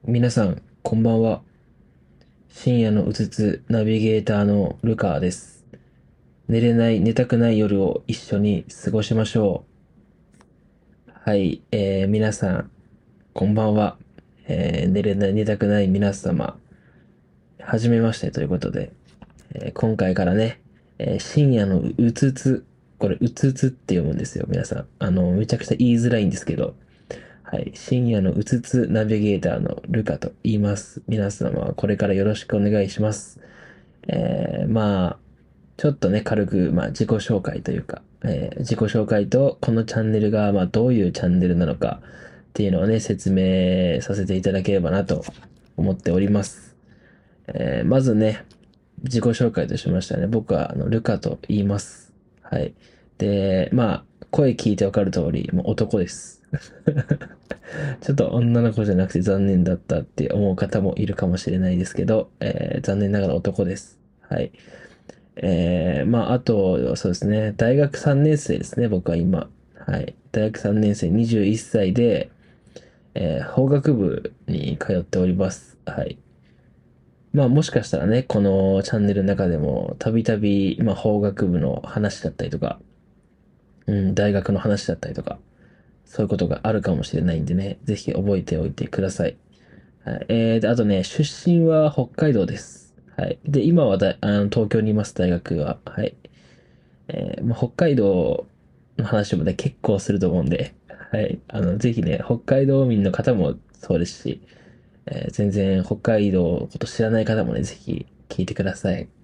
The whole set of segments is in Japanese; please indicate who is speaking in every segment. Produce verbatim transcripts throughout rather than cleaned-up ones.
Speaker 1: 皆さん、こんばんは。深夜のうつつナビゲーターのルカーです。寝れない、寝たくない夜を一緒に過ごしましょう。はい、えー、皆さん、こんばんは。えー、寝れない、寝たくない皆様、はじめましてということで、えー今回からね、えー深夜のうつつ、これ、うつつって読むんですよ、皆さん。あの、めちゃくちゃ言いづらいんですけど、はい。深夜のうつつナビゲーターのルカと言います。皆様、これからよろしくお願いします。えー、まあ、ちょっとね、軽く、まあ、自己紹介というか、えー自己紹介と、このチャンネルが、まあ、どういうチャンネルなのかっていうのをね、説明させていただければなと思っております。えーまずね、自己紹介としましてはね、僕は、あの、ルカと言います。はい。で、まあ、声聞いてわかる通り、もう男です。ちょっと女の子じゃなくて残念だったって思う方もいるかもしれないですけど、えー残念ながら男です。はい。えー、まあ、あと、そうですね、大学さんねん生ですね、僕は今。はい。大学さんねん生、にじゅういっさいで、えー法学部に通っております。はい。まあ、もしかしたらね、このチャンネルの中でも、たびたび、まあ、法学部の話だったりとか、うん、大学の話だったりとか、そういうことがあるかもしれないんでね、ぜひ覚えておいてください。はい。えー、で、あとね、出身は北海道です。はい。で、今はだ、あの、東京にいます、大学は。はい。えー、まあ、北海道の話もね、結構すると思うんで、はい。あの、ぜひね、北海道民の方もそうですし、えー全然北海道のこと知らない方もね、ぜひ聞いてください。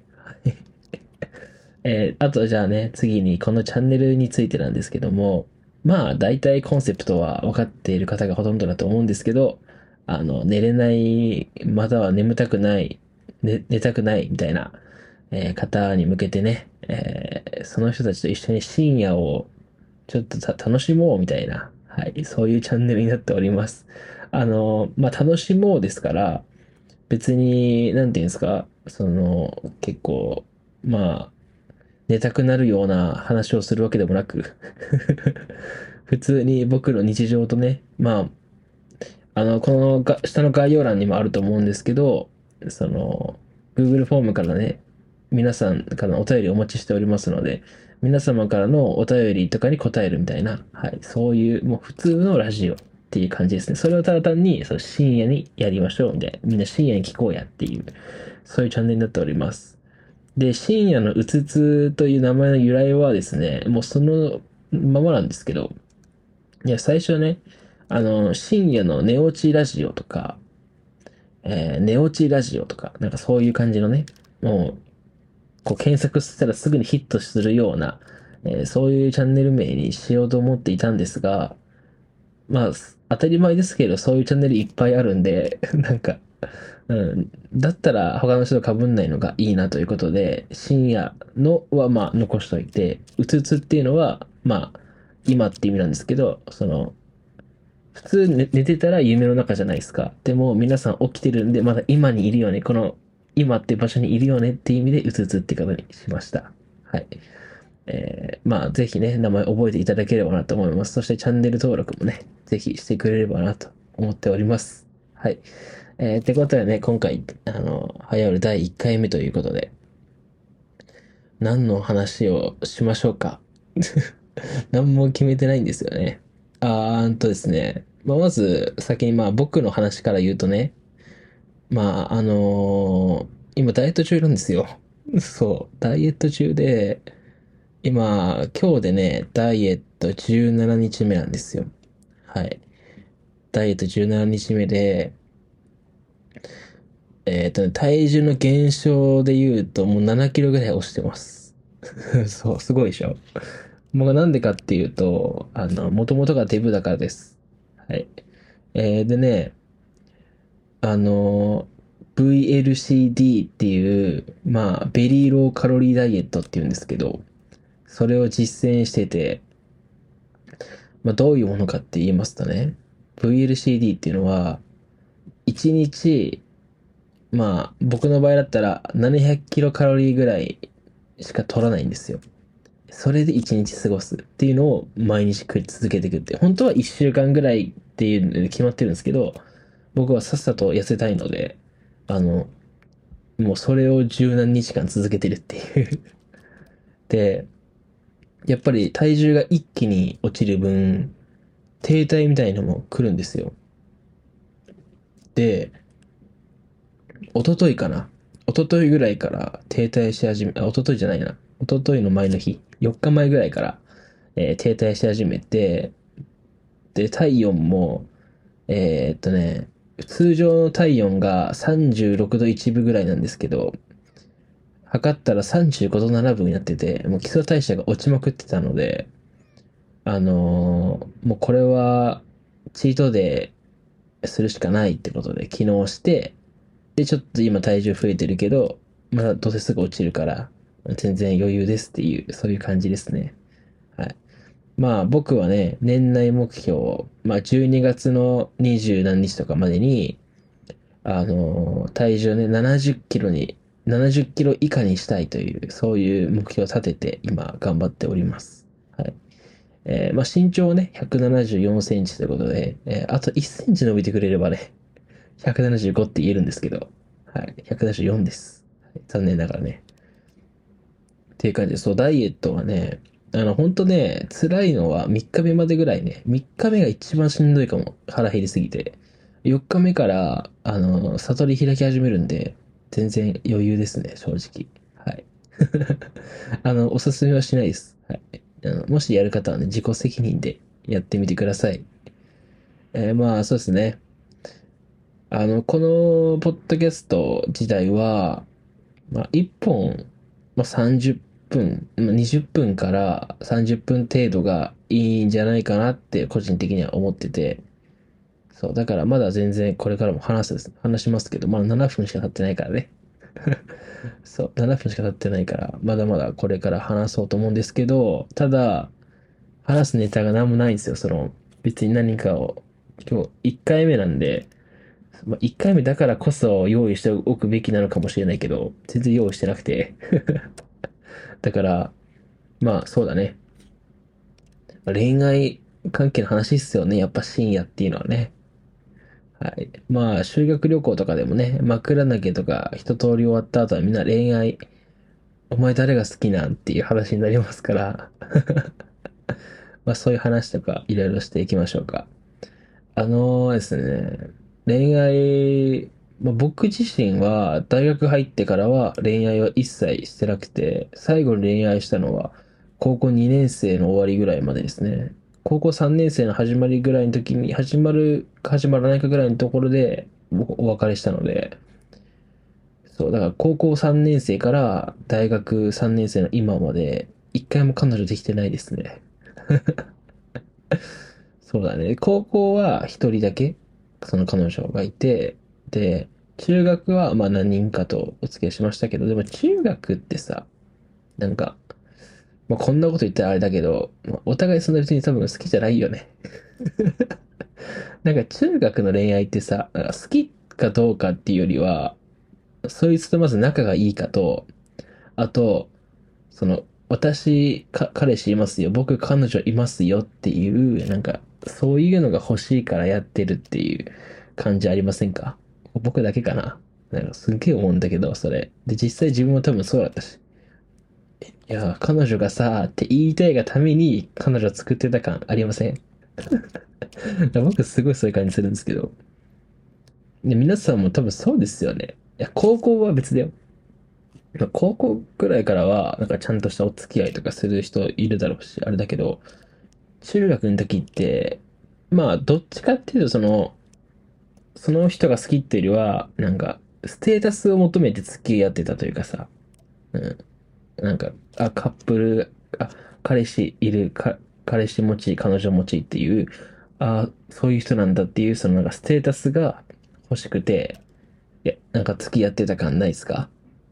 Speaker 1: えー、あとじゃあね、次にこのチャンネルについてなんですけども、まあ、大体コンセプトは分かっている方がほとんどだと思うんですけど、あの、寝れない、または眠たくない、寝、寝たくないみたいな、えー方に向けてね、えーその人たちと一緒に深夜をちょっとた楽しもうみたいな、はい、そういうチャンネルになっております。あの、まあ、楽しもうですから、別に、なんていうんですか、その、結構、まあ、寝たくなるような話をするわけでもなく普通に僕の日常とね、まあ、あの、このが下の概要欄にもあると思うんですけど、その、Google フォームからね、皆さんからのお便りをお待ちしておりますので、皆様からのお便りとかに答えるみたいな、はい、そういう、もう普通のラジオっていう感じですね。それをただ単に、その深夜にやりましょうみたいな、みんな深夜に聞こうやっていう、そういうチャンネルになっております。で、深夜のうつつという名前の由来はですね、もうそのままなんですけど、いや、最初ね、あの、深夜の寝落ちラジオとか、えー寝落ちラジオとか、なんかそういう感じのね、もう、こう検索したらすぐにヒットするような、えーそういうチャンネル名にしようと思っていたんですが、まあ、当たり前ですけど、そういうチャンネルいっぱいあるんで、なんか、うん。だったら他の人と被んないのがいいなということで、深夜のはまあ残しといて、うつつっていうのは、まあ、今って意味なんですけど、その、普通寝寝てたら夢の中じゃないですか。でも皆さん起きてるんで、まだ今にいるよね。この、今って場所にいるよねっていう意味で、うつつってことにしました。はい。えー、まあ、ぜひね、名前覚えていただければなと思います。そしてチャンネル登録もね、ぜひしてくれればなと思っております。はい。えー、ってことでね、今回、あの、流行るだいいっかいめということで、何の話をしましょうか。何も決めてないんですよね。あーんとですね、まあ、まず、先にまあ僕の話から言うとね、まあ、あのー今ダイエット中なんですよ。そう、ダイエット中で、今、今日でね、ダイエットじゅうしちにちめなんですよ。はい。ダイエットじゅうしちにちめで、えっとね、体重の減少で言うともうななキロぐらい落ちてます。そう、すごいでしょ。もうなんでかっていうと、あの、もともとがデブだからです。はい。えー、でね、あの、ブイエルシーディー っていう、まあ、ベリーローカロリーダイエットっていうんですけど、それを実践してて、まあ、どういうものかって言いますとね、ブイエルシーディー っていうのは、いちにち、まあ、僕の場合だったらななひゃくキロカロリーぐらいしか取らないんですよ。それでいちにち過ごすっていうのを毎日食い続けていくって。本当はいっしゅうかんぐらいっていうので決まってるんですけど、 僕はさっさと痩せたいので、あの、もうそれを十何日間続けてるっていうで、やっぱり体重が一気に落ちる分、停滞みたいのも来るんですよ。で、一昨日かな。一昨日ぐらいから停滞し始め、あ、一昨日じゃないな。一昨日の前の日、よっかまえぐらいから、えー停滞し始めて、で、体温も、えーっとね、通常の体温がさんじゅうろくどいちぶぐらいなんですけど、測ったらさんじゅうごどななぶになってて、もう基礎代謝が落ちまくってたので、あのーもうこれは、チートデイするしかないってことで、昨日して、で、ちょっと今体重増えてるけど、まだどうせすぐ落ちるから、全然余裕ですっていう、そういう感じですね。はい。まあ僕はね、年内目標、まあじゅうにがつのにじゅう何日とかまでに、あのー体重をね、ななじゅっキロに、ななじゅっキロ以下にしたいという、そういう目標を立てて今頑張っております。はい。えーまあ身長はね、ひゃくななじゅうよんセンチということで、えーあといっセンチ伸びてくれればね、ひゃくななじゅうごって言えるんですけど、はい、ひゃくななじゅうよんです。はい、残念ながらね。っていう感じで、そう、ダイエットはね、あの、ほんとね、辛いのはみっかめまでぐらいね、みっかめが一番しんどいかも。腹減りすぎて。よっかめから、あの、悟り開き始めるんで、全然余裕ですね、正直。はい。あの、おすすめはしないです。はい。あの、もしやる方はね、自己責任でやってみてください。えーまあ、そうですね。あの、このポッドキャスト自体は、まあ、いっぽん、まあ、さんじゅっぷん、まあ、にじゅっぷんからさんじゅっぷん程度がいいんじゃないかなって個人的には思ってて、そう、だからまだ全然これからも話す、話しますけど、まだななふんしか経ってないからね。そう、ななふんしか経ってないから、まだまだこれから話そうと思うんですけど、ただ、話すネタが何もないんですよ。その、別に何かを、今日いっかいめなんで、まあ、いっかいめだからこそ用意しておくべきなのかもしれないけど、全然用意してなくて。だから、まあそうだね。恋愛関係の話っすよね。やっぱ深夜っていうのはね。はい。まあ修学旅行とかでもね、枕投げとか一通り終わった後はみんな恋愛、お前誰が好きなんっていう話になりますから、まあそういう話とかいろいろしていきましょうか。あのーですね、恋愛、まあ、僕自身は大学入ってからは恋愛は一切してなくて、最後に恋愛したのは高校にねん生の終わりぐらいまでですね。高校さんねん生の始まりぐらいの時に、始まるか始まらないかぐらいのところで僕お別れしたので、そう、だから高校さんねん生から大学さんねん生の今まで一回も彼女できてないですね。そうだね。高校は一人だけ、その彼女がいて、で、中学はまあ何人かとお付き合いしましたけど、でも中学ってさ、なんか、まあこんなこと言ったらあれだけど、まあお互いそんな別に多分好きじゃないよね。なんか中学の恋愛ってさ、なんか好きかどうかっていうよりは、そいつとまず仲がいいかと、あと、その、私、か、彼氏いますよ、僕彼女いますよっていう、なんか、そういうのが欲しいからやってるっていう感じありませんか？僕だけかな？なんかすっげえ思うんだけど、それ。で、実際自分も多分そうだったし。いや、彼女がさ、って言いたいがために彼女作ってた感ありません？僕すごいそういう感じするんですけど。で、皆さんも多分そうですよね。いや、高校は別だよ。まあ高校くらいからは、なんかちゃんとしたお付き合いとかする人いるだろうし、あれだけど、中学の時って、まあ、どっちかっていうと、その、その人が好きっていうよりは、なんか、ステータスを求めて付き合ってたというかさ、うん、なんか、あ、カップル、あ、彼氏いる、か、彼氏持ち、彼女持ちっていう、あ、そういう人なんだっていう、そのなんかステータスが欲しくて、いや、なんか付き合ってた感ないですか？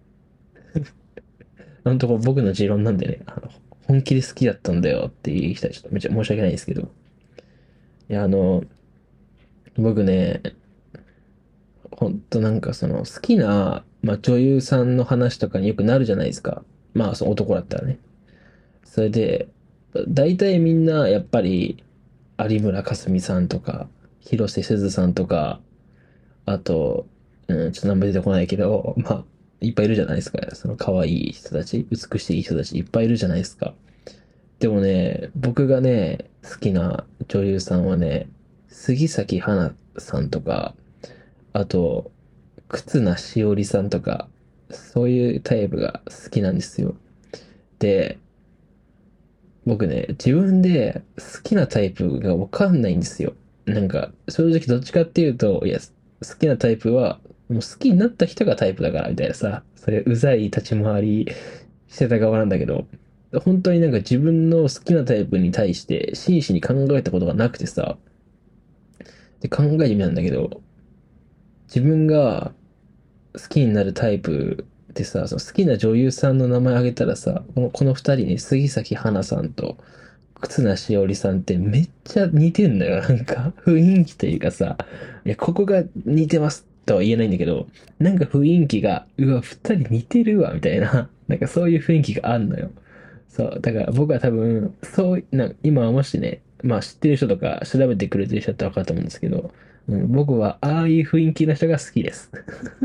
Speaker 1: あのところ僕の持論なんでね、あの、本気で好きだったんだよっていう人はちょっとめっちゃ申し訳ないですけど、いや、あの、僕ね、ほんとなんかその好きな、まあ、女優さんの話とかによくなるじゃないですか。まあ、その男だったらね。それで、大体みんなやっぱり有村架純さんとか、広瀬すずさんとか、 あと、うん、ちょっと名前出てこないけど、まあ、いっぱいいるじゃないですか。その可愛い人たち、美しい人たちいっぱいいるじゃないですか。でもね、僕がね、好きな女優さんはね、杉咲花さんとか、あと、忽那しおりさんとか、そういうタイプが好きなんですよ。で、僕ね、自分で好きなタイプがわかんないんですよ。なんか、正直どっちかっていうと、いや、好きなタイプは、もう好きになった人がタイプだから、みたいなさ、それうざい立ち回りしてた側なんだけど、本当になんか自分の好きなタイプに対して真摯に考えたことがなくてさ、で考えてみたんだけど、自分が好きになるタイプでさ、その好きな女優さんの名前あげたらさ、この、この二人に杉咲花さんと忽那しおりさんってめっちゃ似てんのよ。なんか雰囲気というかさ、いや、ここが似てますとは言えないんだけど、なんか雰囲気が、うわ、二人似てるわ、みたいな、なんかそういう雰囲気があんのよ。そう、だから僕は多分、そう、な、今はもしね、まあ知ってる人とか調べてくれてる人だったら分かると思うんですけど、うん、僕はああいう雰囲気の人が好きです。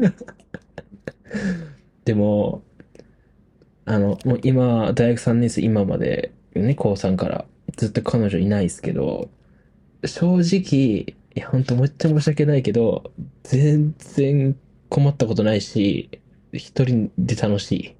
Speaker 1: でも、あの、もう今、大学さんねん生、今まで、ね、高さんからずっと彼女いないですけど、正直、いや、ほんとめっちゃ申し訳ないけど、全然困ったことないし、一人で楽しい。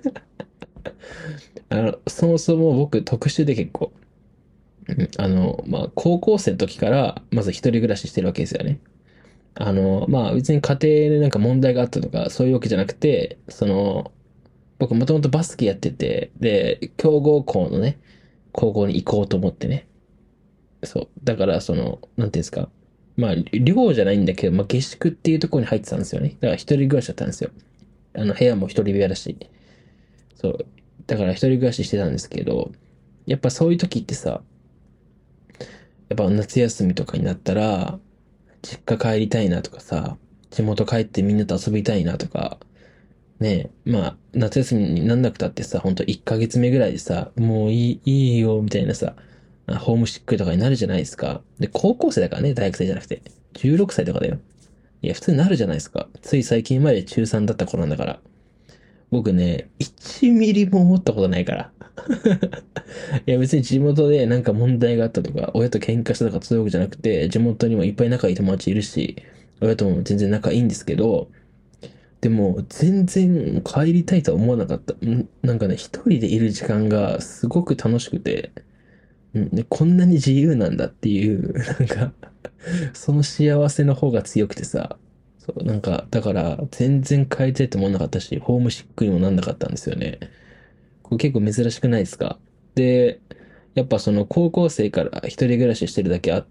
Speaker 1: あの、そもそも僕特殊で結構、うんあの、まあ、高校生の時から、まず一人暮らししてるわけですよね。あの、まあ、別に家庭でなんか問題があったとか、そういうわけじゃなくて、その、僕もともとバスケやってて、で、強豪校のね、高校に行こうと思ってね。そう。だから、その、なんていうんですか。まあ、寮じゃないんだけど、まあ、下宿っていうところに入ってたんですよね。だから一人暮らしだったんですよ。あの、部屋も一人部屋だし。そう。だから一人暮らししてたんですけど、やっぱそういう時ってさ、やっぱ夏休みとかになったら、実家帰りたいなとかさ、地元帰ってみんなと遊びたいなとか、ねえ、まあ、夏休みになんなくたってさ、ほんといっかげつめぐらいでさ、もういい、いいよ、みたいなさ、ホームシックとかになるじゃないですか。で、高校生だからね、大学生じゃなくて。じゅうろくさいとかだよ。いや、普通になるじゃないですか。つい最近まで中さんだった頃なんだから。僕ね、いちミリも思ったことないから。いや、別に地元でなんか問題があったとか、親と喧嘩したとかそういうわけじゃなくて、地元にもいっぱい仲いい友達いるし、親とも全然仲いいんですけど、でも、全然帰りたいとは思わなかった。んなんかね、一人でいる時間がすごく楽しくて、んでこんなに自由なんだっていう、なんか、その幸せの方が強くてさ、そう、なんか、だから、全然帰りたいと思わなかったし、ホームシックにもなんなかったんですよね。これ結構珍しくないですか？で、やっぱその高校生から一人暮らししてるだけあって、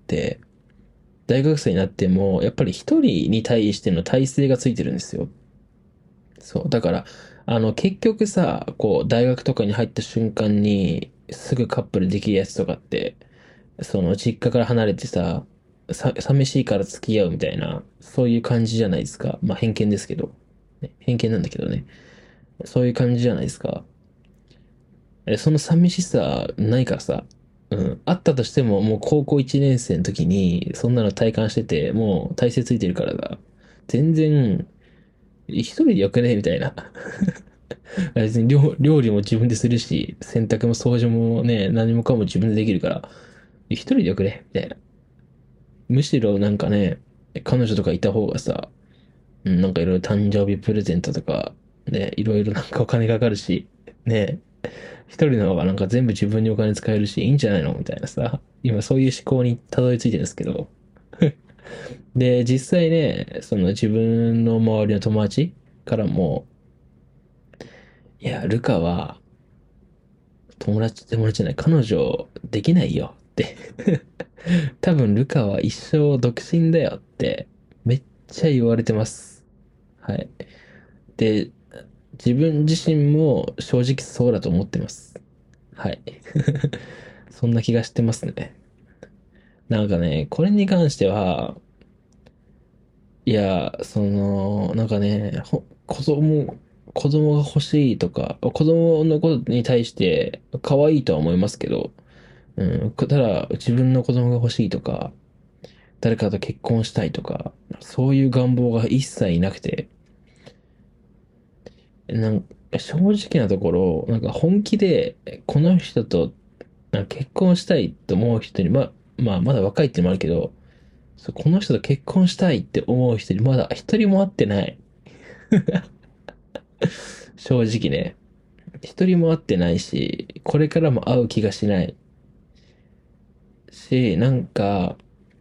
Speaker 1: 大学生になっても、やっぱり一人に対しての耐性がついてるんですよ。そう。だから、あの、結局さ、こう、大学とかに入った瞬間に、すぐカップルできるやつとかって、その、実家から離れてさ、さ、寂しいから付き合うみたいな、そういう感じじゃないですか。まあ、偏見ですけど。ね、偏見なんだけどね。そういう感じじゃないですか。え、その寂しさないからさ、うん。あったとしても、もう高校いちねん生の時に、そんなの体感してて、もう体勢ついてるからだ。全然、一人でよくねみたいな。別に料料理も自分でするし、洗濯も掃除もね、何もかも自分でできるから、一人でよくねみたいな。むしろなんかね、彼女とかいた方がさ、うん、なんかいろいろ誕生日プレゼントとか、ね、いろいろなんかお金かかるし、ね、一人の方がなんか全部自分にお金使えるし、いいんじゃないのみたいなさ、今そういう思考にたどり着いてるんですけど。で、実際ね、その自分の周りの友達からも、いや、ルカは友達、友達じゃない、彼女できないよって多分ルカは一生独身だよってめっちゃ言われてます。はい。で、自分自身も正直そうだと思ってます。はい。そんな気がしてますね。なんかね、これに関しては、いや、その、なんかね、ほ子供、子供が欲しいとか、子供のことに対して可愛いとは思いますけど、うん、ただ自分の子供が欲しいとか、 誰かと結婚したいとか、そういう願望が一切なくて、なん正直なところ、なんか本気で、この人となんか結婚したいと思う人に、ま、まあ、まだ若いっていうのもあるけど、そうこの人と結婚したいって思う人にまだ一人も会ってない。正直ね。一人も会ってないし、これからも会う気がしないし、なんか、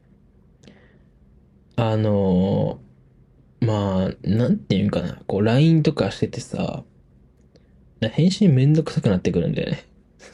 Speaker 1: あのーまあ、なんていうんかな、こう、ライン とかしててさ、返信めんどくさくなってくるんだよね。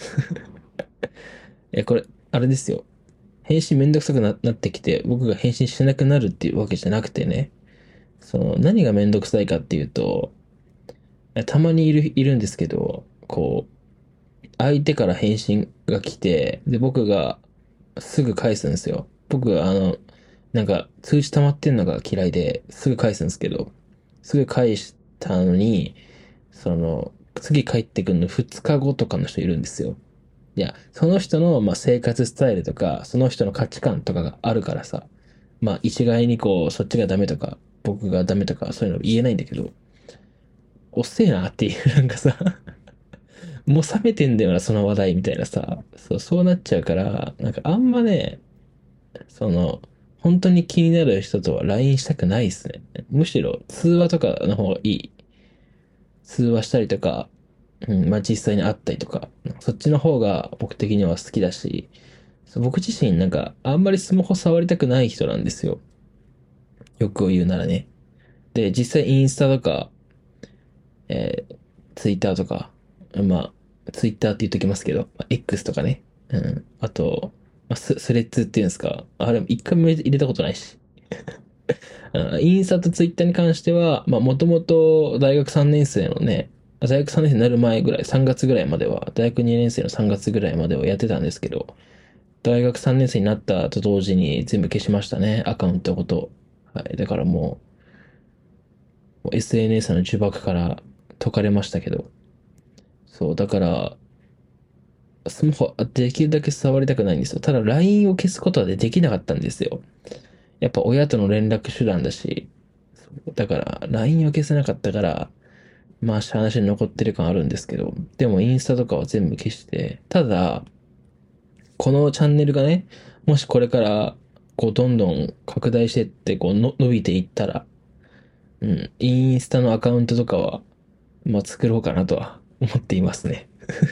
Speaker 1: え、これ、あれですよ。返信めんどくさくななってきて、僕が返信しなくなるっていうわけじゃなくてね、その、何がめんどくさいかっていうと、たまにいる、いるんですけど、こう、相手から返信が来て、で、僕がすぐ返すんですよ。僕、あの、なんか、通知溜まってんのが嫌いで、すぐ返すんですけど、すぐ返したのに、その、次帰ってくるのふつかごとかの人いるんですよ。いや、その人の、まあ、生活スタイルとか、その人の価値観とかがあるからさ、まあ、一概にこう、そっちがダメとか、僕がダメとか、そういうの言えないんだけど、遅えなっていう、なんかさ、もう冷めてんだよな、その話題みたいなさ、そう、そうなっちゃうから、なんかあんまね、その、本当に気になる人とは ライン したくないっすね。むしろ、通話とかの方がいい。通話したりとか、うん、まあ実際に会ったりとか、そっちの方が僕的には好きだし、僕自身なんか、あんまりスマホ触りたくない人なんですよ。欲を言うならね。で、実際インスタとか、えー、ツイッターとか、まあ、ツイッターって言っときますけど、まあ X とかね。うん。あと、まあ、ススレッズっていうんですか。あれ、一回も入れたことないし。うんインスタとツイッターに関しては、まあ、もともと大学さんねん生のね、大学さんねん生になる前ぐらい、さんがつぐらいまでは、大学にねん生のさんがつぐらいまではやってたんですけど、大学さんねん生になったと同時に全部消しましたね、アカウントごと。はい。だからもう、エスエヌエス の呪縛から解かれましたけど。そう、だから、スマホ、できるだけ触りたくないんですよ。ただ ライン を消すことはできなかったんですよ。やっぱ親との連絡手段だし、だから ライン を消せなかったから、まあ話に残ってる感あるんですけど、でもインスタとかは全部消して、ただ、このチャンネルがね、もしこれから、こうどんどん拡大してって、こうの伸びていったら、うん、インスタのアカウントとかは、まあ作ろうかなとは思っていますね。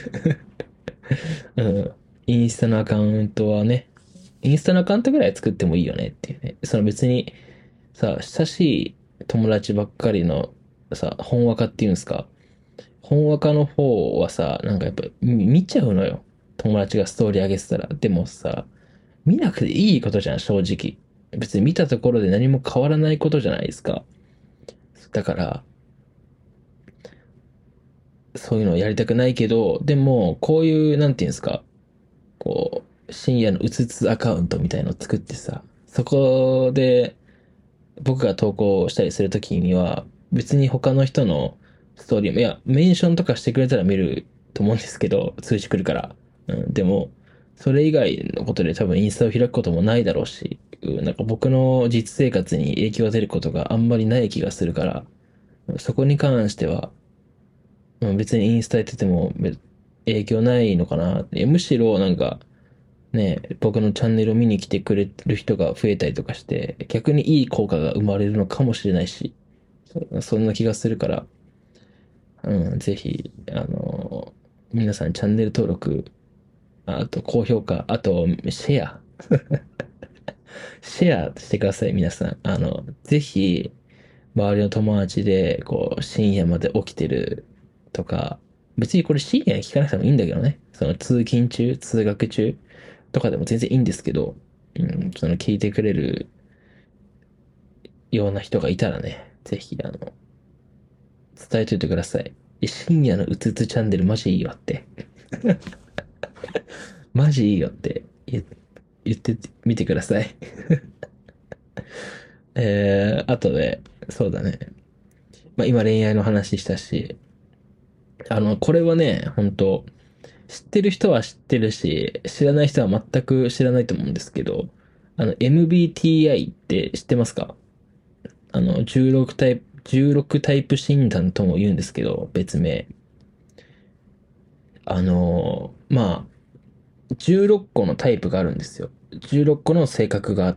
Speaker 1: うん。インスタのアカウントはね、インスタのアカウントぐらい作ってもいいよねっていうね。その別に、さ、親しい友達ばっかりのさ、本若っていうんですか。本若の方はさ、なんかやっぱ見見ちゃうのよ。友達がストーリー上げてたら。でもさ、見なくていいことじゃん、正直。別に見たところで何も変わらないことじゃないですか。だから、そういうのをやりたくないけど、でも、こういう、なんていうんですか、こう、深夜のうつつアカウントみたいのを作ってさ、そこで僕が投稿したりするときには、別に他の人のストーリーも、いや、メンションとかしてくれたら見ると思うんですけど、通知来るから。うん、でも、それ以外のことで多分インスタを開くこともないだろうし、うんなんか僕の実生活に影響が出ることがあんまりない気がするから、そこに関しては、うん別にインスタやっててもべ影響ないのかなって。むしろなんか、ね、僕のチャンネルを見に来てくれる人が増えたりとかして、逆にいい効果が生まれるのかもしれないし、そそんな気がするから、うん、ぜひ、あの皆さんチャンネル登録、あと高評価、あとシェア、シェアしてください、皆さん。あの、ぜひ、周りの友達で、こう、深夜まで起きてるとか、別にこれ深夜に聞かなくてもいいんだけどね。その通勤中、通学中とかでも全然いいんですけど、うん、その聞いてくれるような人がいたらね、ぜひ、あの、伝えといてください。深夜のうつつチャンネルマジいいよって。マジいいよって言言ってみてください。えー、あとで、そうだね。まあ今恋愛の話したし、あの、これはね、本当知ってる人は知ってるし、知らない人は全く知らないと思うんですけど、 あの、エムビーティーアイ って知ってますか？あの、じゅうろくタイプ、じゅうろくタイプ診断とも言うんですけど、別名。あの、まあ、じゅうろっこのタイプがあるんですよ。じゅうろっこの性格があって、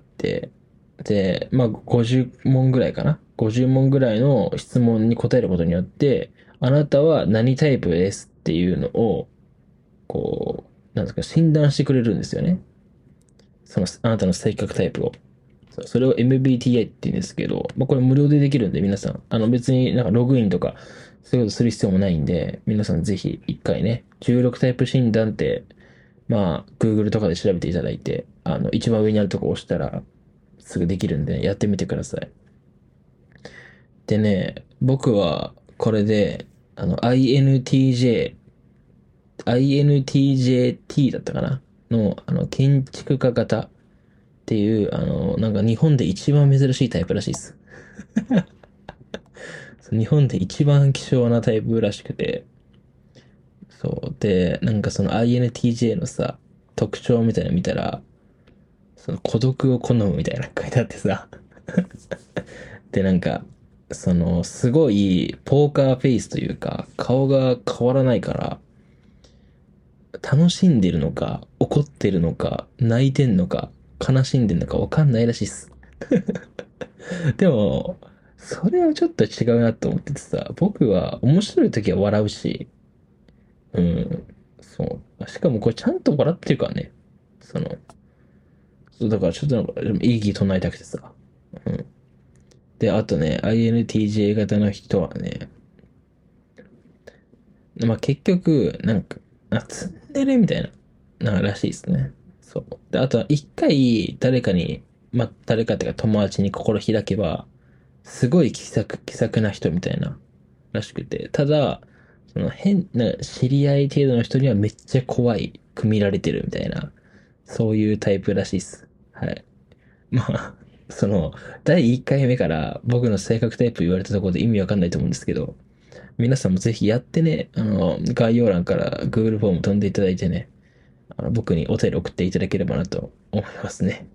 Speaker 1: で、まあ、ごじゅう問ぐらいかな。ごじゅう問ぐらいの質問に答えることによって、あなたは何タイプですっていうのを、こう、なんですか、診断してくれるんですよね。その、あなたの性格タイプを。そうそれを エムビーティーアイ って言うんですけど、まあ、これ無料でできるんで、皆さん、あの別になんかログインとか、そういうことする必要もないんで、皆さんぜひ一回ね、じゅうろくタイプ診断って、まあ、Google とかで調べていただいて、あの、一番上にあるとこ押したら、すぐできるんで、やってみてください。でね、僕は、これで、あの、アイエヌティージェー、アイエヌティージェーティー だったかなの、あの、建築家型っていう、あの、なんか日本で一番珍しいタイプらしいです。日本で一番希少なタイプらしくて、そう。で、なんかその アイエヌティージェー のさ、特徴みたいなの見たら、その孤独を好むみたいなの書いてあってさ、で、なんか、その、すごい、ポーカーフェイスというか、顔が変わらないから、楽しんでるのか、怒ってるのか、泣いてんのか、悲しんでんのかわかんないらしいっす。でも、それはちょっと違うなと思っててさ、僕は面白い時は笑うし、うん、そう。しかもこれちゃんと笑ってるからね。その、そうだからちょっとなんか、いい気唱えたくてさ。うん。で、あとね、アイエヌティージェー 型の人はね、まあ結局、なんか、あ、ツンデレみたいな、なんからしいですね。そう。で、あとは一回誰かに、まあ誰かっていうか友達に心開けば、すごい気さく、気さくな人みたいな、らしくて。ただ、その変な知り合い程度の人にはめっちゃ怖い、組みられてるみたいな、そういうタイプらしいっす。はい。まあ、その、だいいっかいめから僕の性格タイプ言われたところで意味わかんないと思うんですけど、皆さんもぜひやってね、あの、概要欄から Google フォーム飛んでいただいてね、あの僕にお便り送っていただければなと思いますね。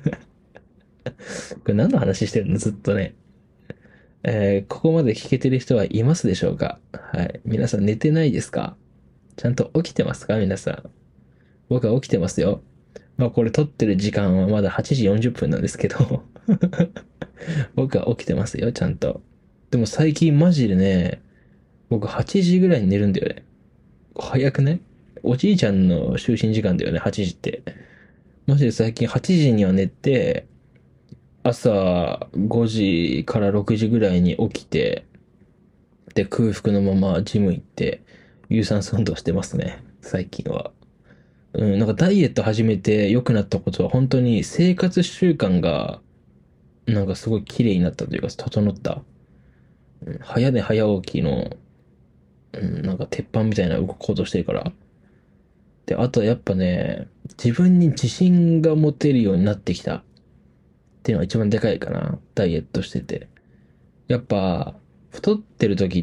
Speaker 1: これ何の話してるのずっとね。えー、ここまで聞けてる人はいますでしょうか？はい。皆さん寝てないですか？ちゃんと起きてますか皆さん？僕は起きてますよ。まあこれ撮ってる時間はまだはちじよんじゅっぷんなんですけど僕は起きてますよ、ちゃんと。でも最近マジでね、僕はちじぐらいに寝るんだよね。早くね？おじいちゃんの就寝時間だよね、はちじって。マジで最近はちじには寝て、朝ごじからろくじぐらいに起きて、で、空腹のままジム行って、有酸素運動してますね、最近は。うん、なんかダイエット始めて良くなったことは本当に生活習慣がなんかすごい綺麗になったというか整った。うん、早寝早起きの、うん、なんか鉄板みたいな動こうとしてるから。で、あとやっぱね、自分に自信が持てるようになってきたっていうのが一番でかいかな。ダイエットしてて。やっぱ、太ってる時って、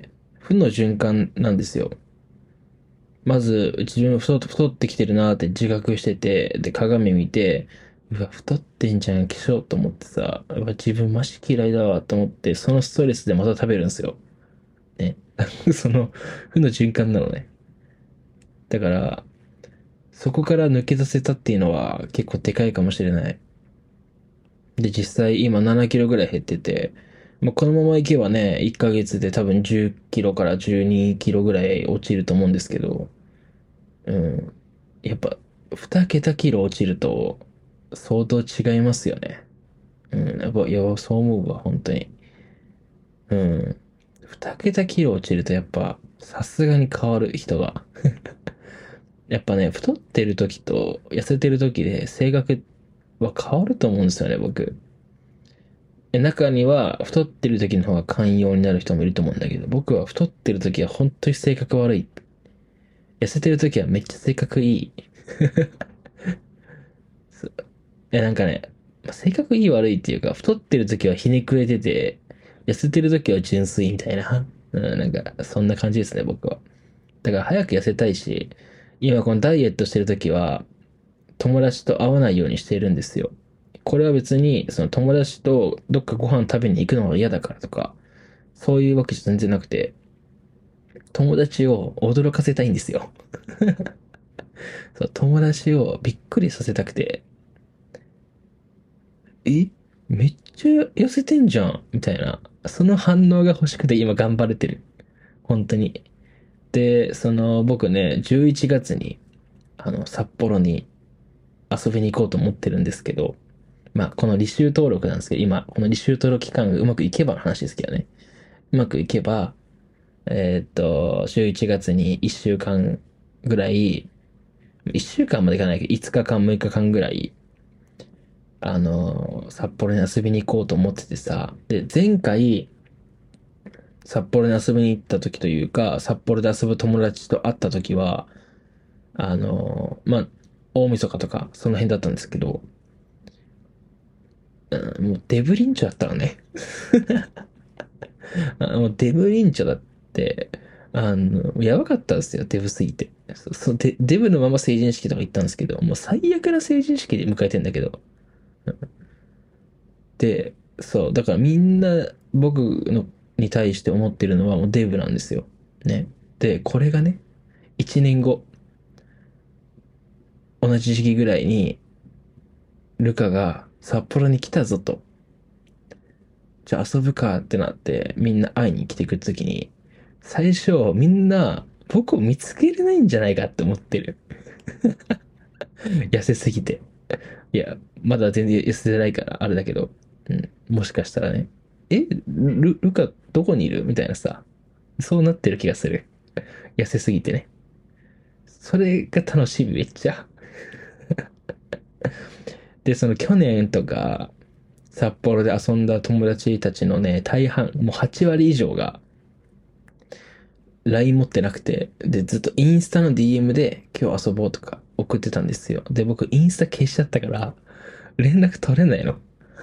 Speaker 1: 負の循環なんですよ。まず、自分太太ってきてるなーって自覚してて、で、鏡見て、うわ、太ってんじゃん、化粧と思ってさ、うわ、自分マジ嫌いだわと思って、そのストレスでまた食べるんですよ。ね。その、負の循環なのね。だから、そこから抜け出せたっていうのは結構でかいかもしれない。で、実際今ななキロぐらい減ってて、まあ、このままいけばね、いっかげつで多分じゅっキロからじゅうにキロぐらい落ちると思うんですけど、うん。やっぱ、に桁キロ落ちると、相当違いますよね。うん。やっぱ、いや、そう思うわ、本当に。うん。に桁キロ落ちるとやっぱ、さすがに変わる人が。やっぱね、太ってる時と痩せてる時で性格は変わると思うんですよね、僕。中には太ってる時の方が寛容になる人もいると思うんだけど、僕は太ってる時は本当に性格悪い。痩せてる時はめっちゃ性格いい。え、なんかね、性格いい悪いっていうか、太ってる時はひねくれてて、痩せてる時は純粋みたいな。うん、なんか、そんな感じですね、僕は。だから早く痩せたいし、今このダイエットしてる時は、 友達と会わないようにしているんですよ。これは別に、その友達とどっかご飯食べに行くのが嫌だからとか、そういうわけじゃ全然なくて、友達を驚かせたいんですよ。そう、友達をびっくりさせたくて、えめっちゃ痩せてんじゃんみたいな。その反応が欲しくて今頑張れてる。本当に。で、その僕ね、じゅういちがつに、あの、札幌に遊びに行こうと思ってるんですけど、まあ、この履修登録なんですけど、今、この履修登録期間がうまくいけばの話ですけどね。うまくいけば、えーっと、じゅういちがつにいっしゅうかんぐらい、いっしゅうかんまでいかないけど、いつかかん、むいかかんぐらい、あの、札幌に遊びに行こうと思っててさ、で、前回、札幌に遊びに行った時というか、札幌で遊ぶ友達と会った時は、あの、まあ、大晦日とか、その辺だったんですけど、うん、もうデブリンチョだったのね。あもうデブリンチョだって、あの、やばかったんですよ、デブすぎて。そそうデ、デブのまま成人式とか行ったんですけど、もう最悪な成人式で迎えてんだけど。で、そう、だからみんな僕のに対して思ってるのはもうデブなんですよ。ね。で、これがね、いちねんご、同じ時期ぐらいに、ルカが札幌に来たぞと。じゃあ遊ぶかってなって、みんな会いに来てくるときに、最初みんな僕を見つけれないんじゃないかって思ってる。痩せすぎて。いや、まだ全然痩せてないからあれだけど、うん、もしかしたらね、え、ル、ルカどこにいるみたいなさ、そうなってる気がする。痩せすぎてね。それが楽しみめっちゃ。で、その去年とか、札幌で遊んだ友達たちのね、大半、もうはち割以上が ライン 持ってなくて、で、ずっとインスタの ディーエム で今日遊ぼうとか送ってたんですよ。で、僕インスタ消しちゃったから、連絡取れないの。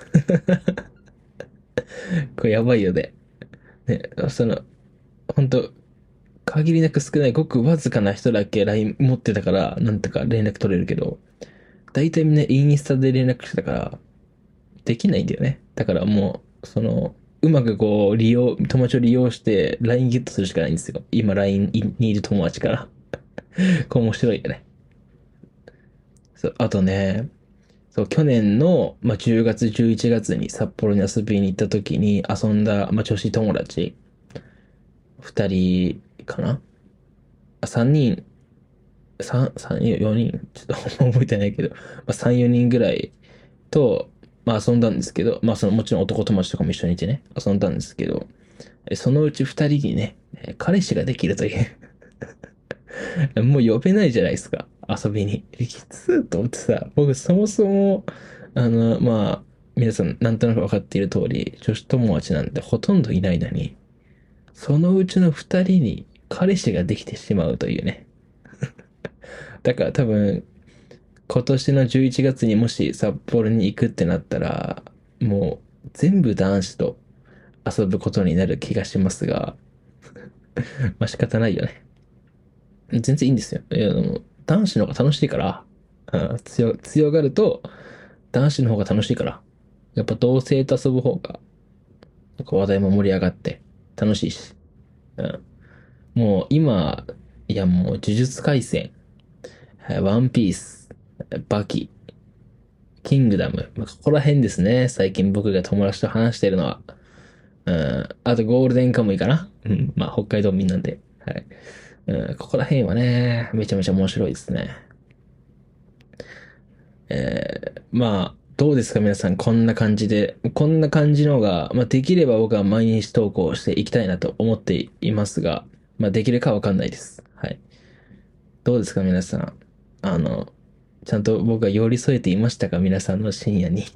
Speaker 1: これやばいよね。ね、その、本当限りなく少ないごくわずかな人だけ ライン 持ってたから、なんとか連絡取れるけど、大体みんなインスタで連絡してたから、できないんだよね。だからもう、その、うまくこう、利用、友達を利用して ライン ゲットするしかないんですよ。今 ライン にいる友達から。これ面白いよね。そう、あとね、そう、去年の、まあ、じゅうがつ、じゅういちがつに札幌に遊びに行った時に遊んだ、まあ、女子友達、ふたりかなあ ?さん 人、さん、さん、よにん、ちょっと覚えてないけど、まあ、さん、よにんぐらいと、まあ、遊んだんですけど、まあ、その、もちろん男友達とかも一緒にいてね、遊んだんですけど、そのうちふたりにね、彼氏ができるというもう呼べないじゃないですか、遊びに。きつーと思ってさ、僕そもそも、あの、まあ、皆さんなんとなく分かっている通り、女子友達なんてほとんどいないのに、そのうちのふたりに彼氏ができてしまうというね。だから多分、今年のじゅういちがつにもし札幌に行くってなったら、もう全部男子と遊ぶことになる気がしますが、まあ仕方ないよね。全然いいんですよ。いや、でも男子の方が楽しいから、うん、強、強がると男子の方が楽しいから。やっぱ同性と遊ぶ方が、なんか話題も盛り上がって楽しいし。うん、もう今、いやもう呪術廻戦、ワンピース、バキ、キングダム、まあ、ここら辺ですね。最近僕が友達と話してるのは。うん。あとゴールデンカムイかな。うん。まあ北海道民なんで。はい。うん。ここら辺はね、めちゃめちゃ面白いですね。えー、まあ、どうですか皆さん。こんな感じで。こんな感じのが、まあできれば僕は毎日投稿していきたいなと思っていますが、まあできるかわかんないです。はい。どうですか皆さん。あの、ちゃんと僕が寄り添えていましたか皆さんの深夜に。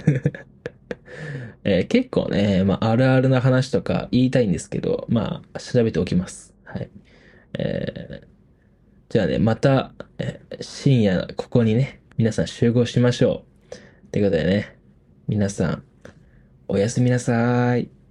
Speaker 1: えー結構ね、まあ、あるあるな話とか言いたいんですけど、まあ、調べておきます。はい。えーじゃあね、また、えー深夜、ここにね、皆さん集合しましょう。ということでね、皆さん、おやすみなさーい。